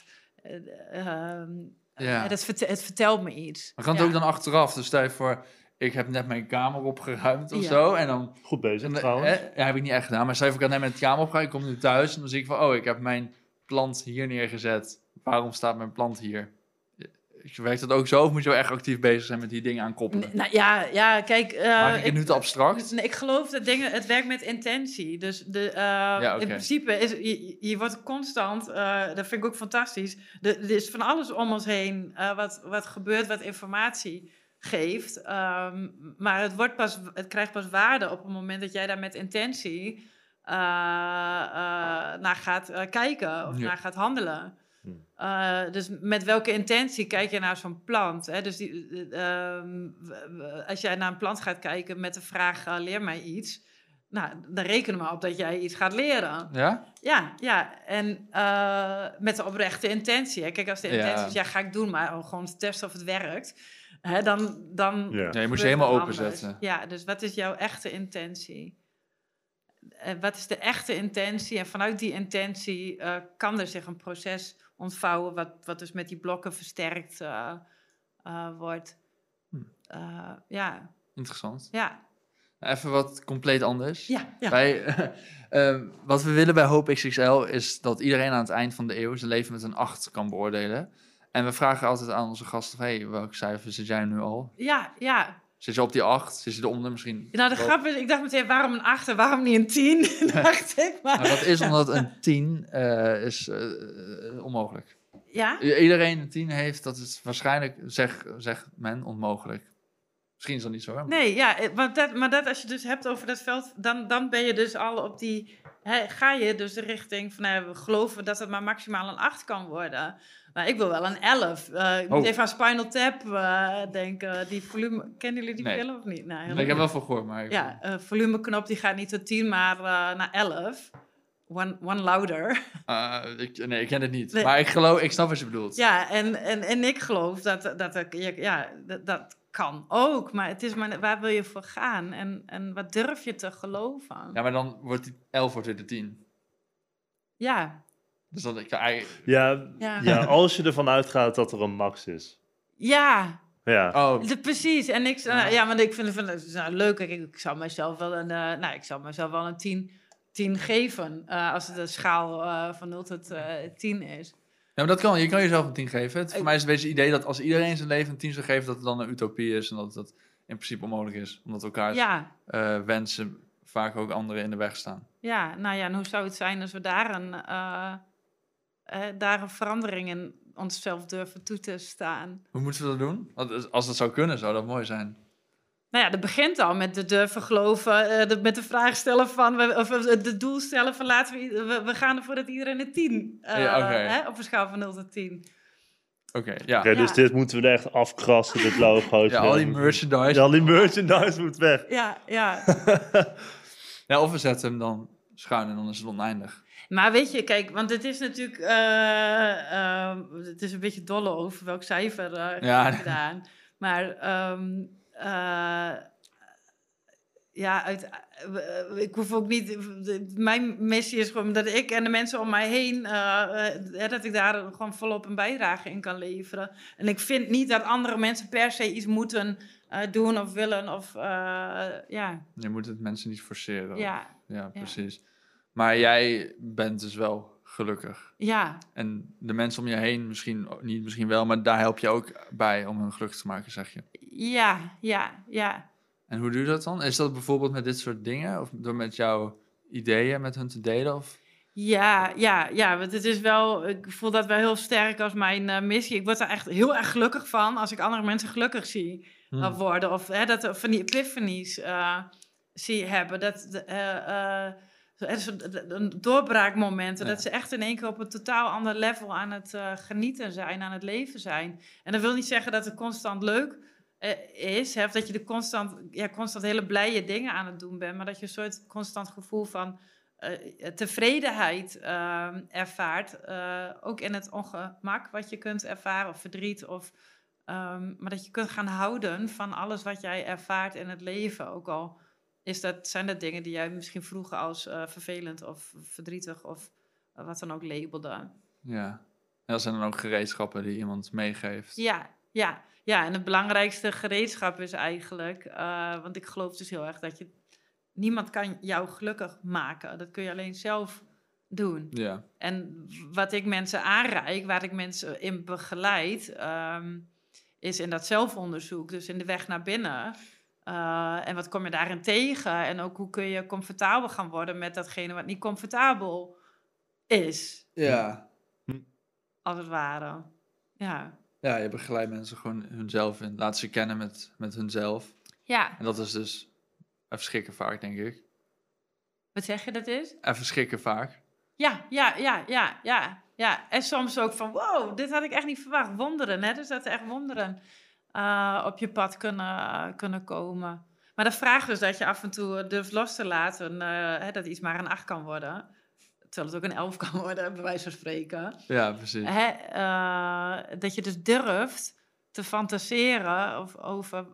Het vertelt me iets. Maar kan het ook dan achteraf? Dus stel je voor, ik heb net mijn kamer opgeruimd of Ja. zo. En dan... Goed bezig En, trouwens. ja, heb ik niet echt gedaan. Maar stel je voor, ik had net mijn kamer opgeruimd. Ik kom nu thuis en dan zie ik van... oh, ik heb mijn plant hier neergezet. Waarom staat mijn plant hier? Werkt dat ook zo? Of moet je wel echt actief bezig zijn met die dingen aankoppelen? Nou ja, kijk... Maak ik het nu te abstract? Ik geloof dat het werkt met intentie. Dus oké. in principe is je wordt constant, dat vind ik ook fantastisch. Er is van alles om ons heen wat gebeurt, wat informatie geeft. Maar het krijgt pas waarde op het moment dat jij daar met intentie naar gaat kijken of naar gaat handelen. Dus met welke intentie kijk je naar zo'n plant? Hè? Dus als jij naar een plant gaat kijken met de vraag, leer mij iets. Nou, dan rekenen we op dat jij iets gaat leren. Ja? Ja. En met de oprechte intentie. Hè? Kijk, als de intentie is, ga ik doen, maar gewoon te testen of het werkt. Hè, dan Ja. Nee, je moet je gebeurt helemaal het openzetten. anders. Ja, dus wat is jouw echte intentie? Wat is de echte intentie? En vanuit die intentie kan er zich een proces ontvouwen... wat dus met die blokken versterkt wordt. Ja. Interessant. Ja. Even wat compleet anders. Ja. Wat we willen bij Hope XXL is dat iedereen aan het eind van de eeuw zijn leven met een 8 kan beoordelen. En we vragen altijd aan onze gasten, hey, welk cijfer zit jij nu al? Ja. Zit je op die 8? Zit je eronder misschien? Nou, de grap is, ik dacht meteen, waarom een 8 en waarom niet een 10? dacht ik, maar... Nou, dat is omdat een 10 is onmogelijk. Ja? Iedereen een 10 heeft, dat is waarschijnlijk, zegt men, onmogelijk. Misschien is dat niet zo, hè? Nee, ja, maar dat als je dus hebt over dat veld, dan ben je dus al op die... ga je dus de richting van, we geloven dat het maar maximaal een 8 kan worden. Maar ik wil wel een 11. Ik moet even aan Spinal Tap denken. Die volume... Kennen jullie die film of niet? Nou, Nee, ik heb wel van gehoord, maar... Ja, volumeknop die gaat niet tot 10, maar naar 11. One louder. Ik ken het niet. Nee. Maar ik snap wat je bedoelt. Ja, en ik geloof dat kan ook. Maar het is maar waar wil je voor gaan? En wat durf je te geloven? Ja, maar dan wordt die 11 weer de 10. Ja. Dus dat ik... Ja, als je ervan uitgaat dat er een max is. Ja. Ja. Oh, Precies. En want ik vind het leuk. Ik zou mezelf wel een 10 geven. Als het een schaal van 0 tot 10 is. ja, maar dat kan. Je kan jezelf een 10 geven. Voor mij is het een beetje het idee dat als iedereen zijn leven een 10 zou geven, dat het dan een utopie is. En dat het in principe onmogelijk is. Omdat elkaars wensen vaak ook anderen in de weg staan. Ja, nou ja, en hoe zou het zijn als we daar een verandering in onszelf durven toe te staan? Hoe moeten we dat doen? Als dat zou kunnen, zou dat mooi zijn. Nou ja, dat begint al met de durven geloven, met de vraag stellen of de doel stellen van we gaan ervoor dat iedereen een 10 op een schaal van 0 tot 10. Oké, ja. Oké, dus dit moeten we er echt afkrassen, dit logo. Ja, al die merchandise. Ja, al die merchandise moet weg. Ja. Ja, of we zetten hem dan schuin en dan is het oneindig. Maar weet je, kijk, want het is natuurlijk... het is een beetje dolle over welk cijfer gedaan. Maar... ik hoef ook niet... Mijn missie is gewoon dat ik en de mensen om mij heen... dat ik daar gewoon volop een bijdrage in kan leveren. En ik vind niet dat andere mensen per se iets moeten doen of willen of... Je moet het mensen niet forceren. Ja, Ja, precies. Maar jij bent dus wel gelukkig. Ja, En de mensen om je heen misschien ook niet, misschien wel, maar daar help je ook bij om hun gelukkig te maken, zeg je. ja. En hoe doe je dat dan? Is dat bijvoorbeeld met dit soort dingen? Of door met jouw ideeën met hun te delen? Of? Ja, want het is wel, ik voel dat wel heel sterk als mijn missie. Ik word er echt heel erg gelukkig van als ik andere mensen gelukkig zie worden. Of van die epiphanies zie hebben. Een doorbraakmomenten. Ja. Dat ze echt in één keer op een totaal ander level aan het genieten zijn, aan het leven zijn. En dat wil niet zeggen dat het constant leuk is. Of dat je constant hele blije dingen aan het doen bent. Maar dat je een soort constant gevoel van tevredenheid ervaart. Ook in het ongemak wat je kunt ervaren. Of verdriet. Maar dat je kunt gaan houden van alles wat jij ervaart in het leven. Ook al zijn dat dingen die jij misschien vroeger als vervelend of verdrietig of wat dan ook labelde. Ja. En dat zijn dan ook gereedschappen die iemand meegeeft. Ja, en het belangrijkste gereedschap is eigenlijk, want ik geloof dus heel erg dat niemand kan jou gelukkig maken. Dat kun je alleen zelf doen. Ja. En wat ik mensen aanreik, waar ik mensen in begeleid, is in dat zelfonderzoek, dus in de weg naar binnen. En wat kom je daarin tegen? En ook hoe kun je comfortabel gaan worden met datgene wat niet comfortabel is, Ja. als het ware. Ja. Ja, je begeleidt mensen gewoon hunzelf in. Laat ze kennen met hunzelf. Ja. En dat is dus even schrikken vaak, denk ik. Wat zeg je dat is? Even schrikken vaak. Ja. En soms ook van, wow, dit had ik echt niet verwacht. Wonderen, hè? Dus dat er echt wonderen op je pad kunnen komen. Maar dat vraagt dus dat je af en toe durft los te laten, dat iets maar een 8 kan worden. Terwijl het ook een 11 kan worden, bij wijze van spreken. Ja, precies. Dat je dus durft te fantaseren over...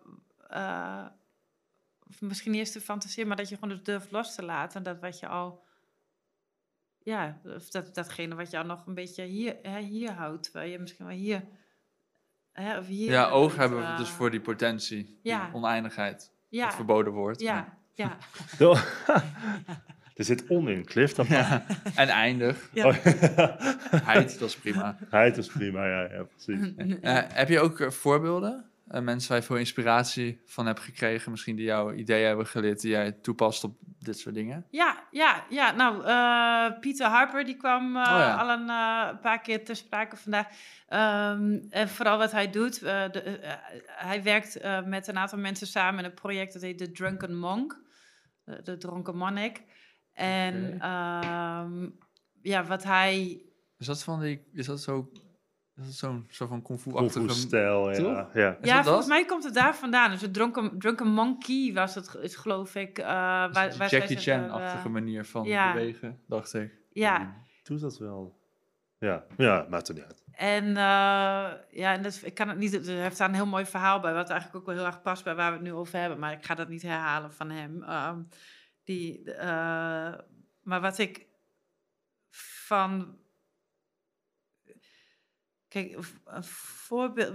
of misschien niet eens te fantaseren, maar dat je gewoon dus durft los te laten. Dat wat je al... Ja, of datgene wat jou nog een beetje hier houdt. Terwijl je misschien wel hier... of hier Ja, oog hebben we dus voor die potentie. ja. Die oneindigheid. Ja. Het verboden woord. Ja. Er zit on in, Cliff. Dat Ja. En eindig. Ja. Oh. Heid, dat is prima. Heid is prima, ja, precies. Heb je ook voorbeelden? Mensen waar je veel inspiratie van hebt gekregen, misschien die jouw ideeën hebben geleerd, die jij toepast op dit soort dingen? Ja. Nou, Pieter Harper, die kwam al een paar keer ter sprake vandaag. En vooral wat hij doet, hij werkt met een aantal mensen samen in een project dat heet The Drunken Monk. De Dronken Monnik. En wat hij... Is dat zo'n soort van kung fu-achtige... stijl, toch? ja. Ja, volgens mij komt het daar vandaan. Dus de Drunken Monkey is geloof ik... waar Jackie Chan-achtige manier van bewegen, dacht ik. Ja. Doe dat wel. Ja, maakt het niet uit. En ik kan het niet... Er heeft daar een heel mooi verhaal bij, wat eigenlijk ook wel heel erg past bij waar we het nu over hebben. Maar ik ga dat niet herhalen van hem. Maar wat ik van... Kijk, een voorbeeld...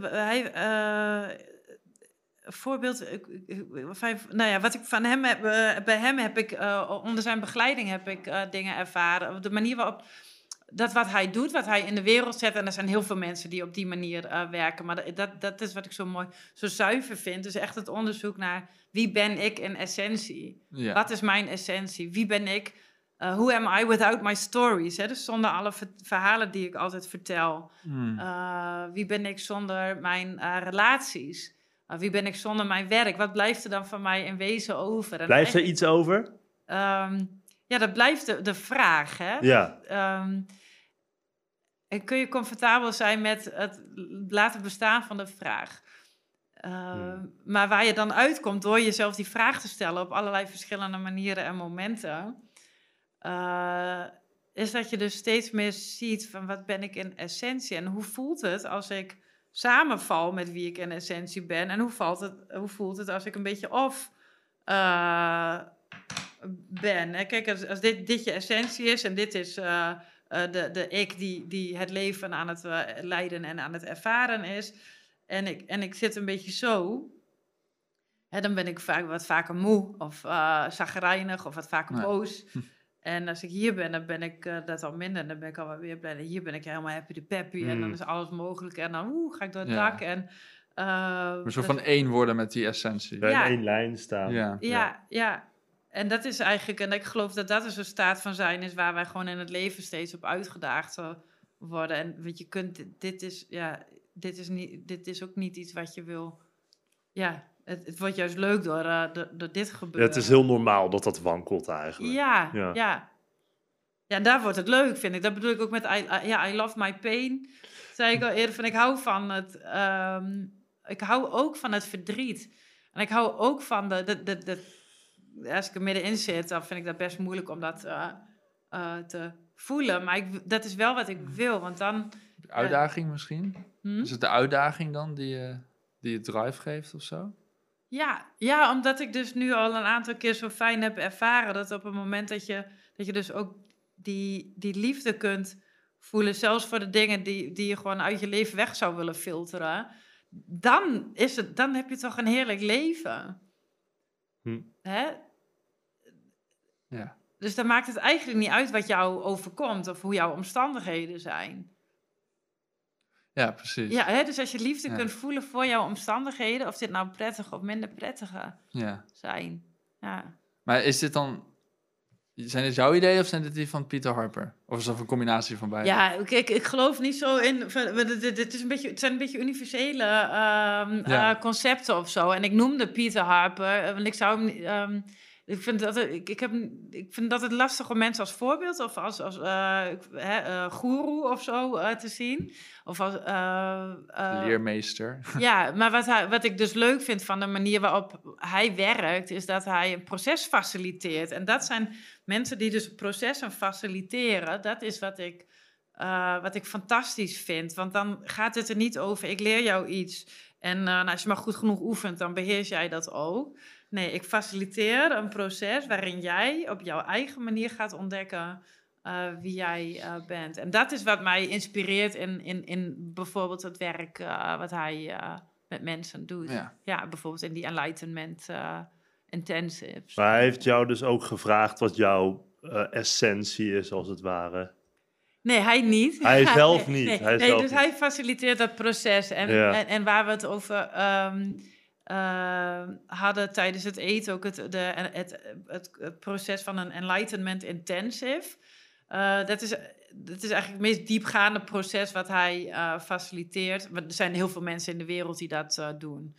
wat ik van hem heb... bij hem heb ik... onder zijn begeleiding heb ik dingen ervaren. De manier waarop... Dat wat hij doet, wat hij in de wereld zet... en er zijn heel veel mensen die op die manier werken... maar dat is wat ik zo mooi, zo zuiver vind. Dus echt het onderzoek naar... wie ben ik in essentie? Ja. Wat is mijn essentie? Wie ben ik? Who am I without my stories? Hè? Dus zonder alle verhalen die ik altijd vertel. Wie ben ik zonder mijn relaties? Wie ben ik zonder mijn werk? Wat blijft er dan van mij in wezen over? En blijft er iets over? Dat blijft de vraag. Hè? Ja. En kun je comfortabel zijn met het laten bestaan van de vraag? Maar waar je dan uitkomt door jezelf die vraag te stellen... op allerlei verschillende manieren en momenten... is dat je dus steeds meer ziet van wat ben ik in essentie... en hoe voelt het als ik samenval met wie ik in essentie ben... en hoe voelt het als ik een beetje off ben. Hè? Kijk, als dit je essentie is en dit is de ik die het leven aan het leiden en aan het ervaren is... en ik zit een beetje zo... Hè, dan ben ik wat vaker moe of chagrijnig of wat vaker boos... En als ik hier ben, dan ben ik dat al minder. En dan ben ik al weer blij. En hier ben ik helemaal happy de peppy. En dan is alles mogelijk. En dan ga ik door het dak. En, een soort van één worden met die essentie. Bij Ja. in één lijn staan. Ja. En dat is eigenlijk... En ik geloof dat dat dus een staat van zijn is... waar wij gewoon in het leven steeds op uitgedaagd worden. En weet je, dit is ook niet iets wat je wil... Ja, het wordt juist leuk door dit Ja, gebeuren. het is heel normaal dat wankelt eigenlijk. Ja. Ja. Ja, daar wordt het leuk, vind ik. Dat bedoel ik ook met I love my pain. Zei ik al eerder van, ik hou van het... ik hou ook van het verdriet. En ik hou ook van als ik er middenin zit, dan vind ik dat best moeilijk om dat te voelen. Maar dat is wel wat ik wil, want dan... Uitdaging misschien? Hm? Is het de uitdaging dan die je drive geeft of zo? Ja, omdat ik dus nu al een aantal keer zo fijn heb ervaren... dat op het moment dat je dus ook die liefde kunt voelen... zelfs voor de dingen die je gewoon uit je leven weg zou willen filteren... dan heb je toch een heerlijk leven. Hè? Ja. Dus dan maakt het eigenlijk niet uit wat jou overkomt... of hoe jouw omstandigheden zijn. Ja, precies. Ja, hè? Dus als je liefde kunt voelen voor jouw omstandigheden... of dit nou prettig of minder prettige zijn. Ja. Maar is dit dan... Zijn dit jouw ideeën of zijn dit die van Peter Harper? Of is dat een combinatie van beide? Ja, ik geloof niet zo in... Het zijn een beetje universele concepten of zo. En ik noemde Peter Harper, want ik zou hem... Ik vind dat het lastig om mensen als voorbeeld of als goeroe of zo te zien. Of als... leermeester. Ja, maar wat ik dus leuk vind van de manier waarop hij werkt... is dat hij een proces faciliteert. En dat zijn mensen die dus processen faciliteren. Dat is wat ik fantastisch vind. Want dan gaat het er niet over, ik leer jou iets... En als je maar goed genoeg oefent, dan beheers jij dat ook. Nee, ik faciliteer een proces waarin jij op jouw eigen manier gaat ontdekken wie jij bent. En dat is wat mij inspireert in bijvoorbeeld het werk wat hij met mensen doet. Ja, bijvoorbeeld in die Enlightenment Intensives. Maar hij heeft jou dus ook gevraagd wat jouw essentie is, als het ware. Nee, hij niet. Hij zelf niet. Nee, dus hij faciliteert dat proces. En waar we het over hadden tijdens het eten, ook het proces van een Enlightenment Intensive. Dat is eigenlijk het meest diepgaande proces wat hij faciliteert. Er zijn heel veel mensen in de wereld die dat doen.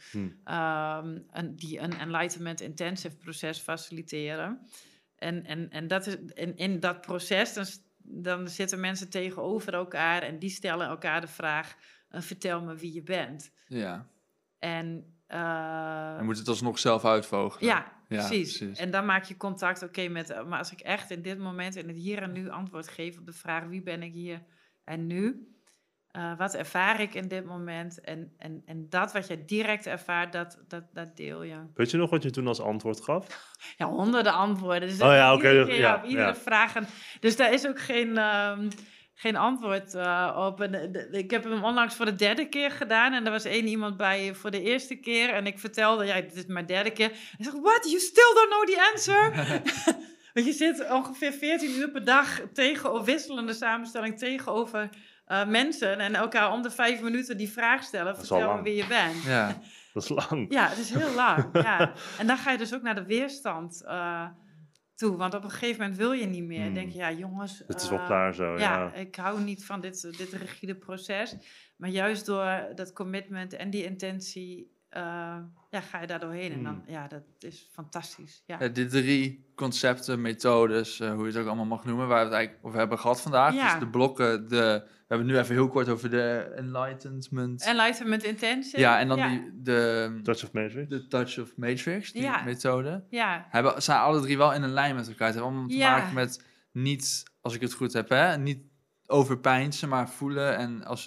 Die een Enlightenment Intensive proces faciliteren. En dat is, in dat proces... Dan zitten mensen tegenover elkaar en die stellen elkaar de vraag... vertel me wie je bent. Ja. En je moet het alsnog zelf uitvogelen. Ja, precies. En dan maak je contact maar als ik echt in dit moment, in het hier en nu antwoord geef op de vraag... wie ben ik hier en nu? Wat ervaar ik in dit moment? En dat wat je direct ervaart, dat deel je. Weet je nog wat je toen als antwoord gaf? Ja, honderden antwoorden. Dus oké. Iedere vraag. Dus daar is ook geen antwoord op. En ik heb hem onlangs voor de 3e keer gedaan. En er was iemand bij voor de eerste keer. En ik vertelde, dit is mijn 3e keer. Hij zegt, what? You still don't know the answer? Want je zit ongeveer 14 uur per dag wisselende samenstelling tegenover... mensen en elkaar om de 5 minuten die vraag stellen... vertel me wie je bent. Ja. Dat is lang. Ja, het is heel lang. Ja. En dan ga je dus ook naar de weerstand toe. Want op een gegeven moment wil je niet meer. Denk je, jongens... Het is wel klaar zo, ja. Ik hou niet van dit rigide proces. Maar juist door dat commitment en die intentie... ga je daar doorheen. En dan, dat is fantastisch. Ja. De 3 concepten, methodes, hoe je het ook allemaal mag noemen... waar we het eigenlijk over hebben gehad vandaag. Ja. Dus de blokken, we hebben het nu even heel kort over de Enlightenment Intensive. Ja, en dan de Touch of Matrix. De Touch of Matrix, die methode. Ja. Zijn alle 3 wel in een lijn met elkaar. Het heeft allemaal te maken met niet, als ik het goed heb, niet overpeinzen, maar voelen. En als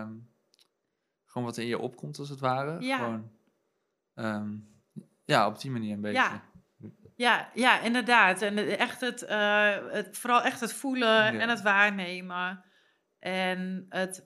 gewoon wat in je opkomt, als het ware. Ja. Gewoon, op die manier een beetje. Ja, inderdaad. En echt vooral echt het voelen en het waarnemen. En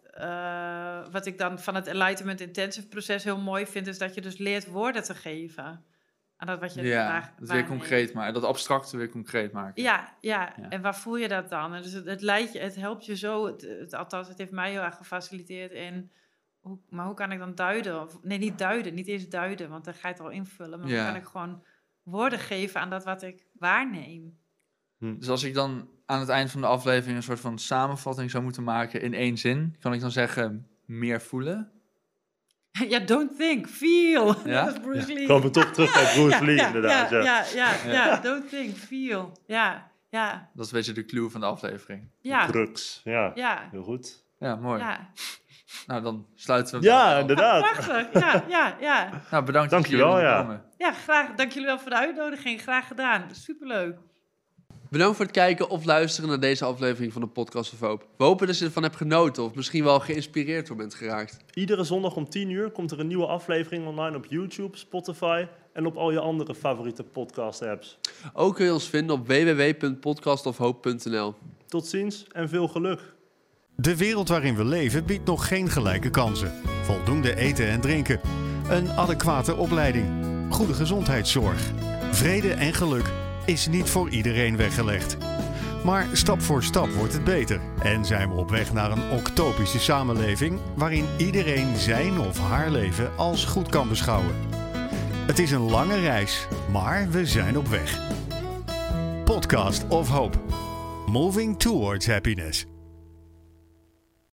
wat ik dan van het Enlightenment Intensive proces heel mooi vind... is dat je dus leert woorden te geven aan dat wat je het weer concreet maken. Dat abstracte weer concreet maken. Ja. En waar voel je dat dan? En dus het helpt je zo, althans het heeft mij heel erg gefaciliteerd in, hoe kan ik dan duiden? Niet eens duiden, want dan ga je het al invullen. Maar hoe kan ik gewoon woorden geven aan dat wat ik waarneem? Dus als ik dan aan het eind van de aflevering een soort van samenvatting zou moeten maken in 1 zin, kan ik dan zeggen, meer voelen? Ja, don't think, feel. Ja? Dat is Bruce Lee. Komen we toch terug bij Bruce Lee, inderdaad. Ja, don't think, feel. Ja. Dat is een beetje de clue van de aflevering. Ja. Crux, ja. Heel goed. Ja, mooi. Ja. Nou, dan sluiten we. Ja, inderdaad. Prachtig, ja. Nou, bedankt. Dankjewel, Ja, graag. Dank jullie wel voor de uitnodiging. Graag gedaan. Superleuk. Bedankt voor het kijken of luisteren naar deze aflevering van de Podcast of Hope. We hopen dat je ervan hebt genoten of misschien wel geïnspireerd door bent geraakt. Iedere zondag om 10:00 komt er een nieuwe aflevering online op YouTube, Spotify en op al je andere favoriete podcast-apps. Ook kun je ons vinden op www.podcastofhope.nl. Tot ziens en veel geluk. De wereld waarin we leven biedt nog geen gelijke kansen. Voldoende eten en drinken. Een adequate opleiding. Goede gezondheidszorg. Vrede en geluk is niet voor iedereen weggelegd. Maar stap voor stap wordt het beter. En zijn we op weg naar een octopische samenleving waarin iedereen zijn of haar leven als goed kan beschouwen. Het is een lange reis, maar we zijn op weg. Podcast of Hope. Moving towards happiness.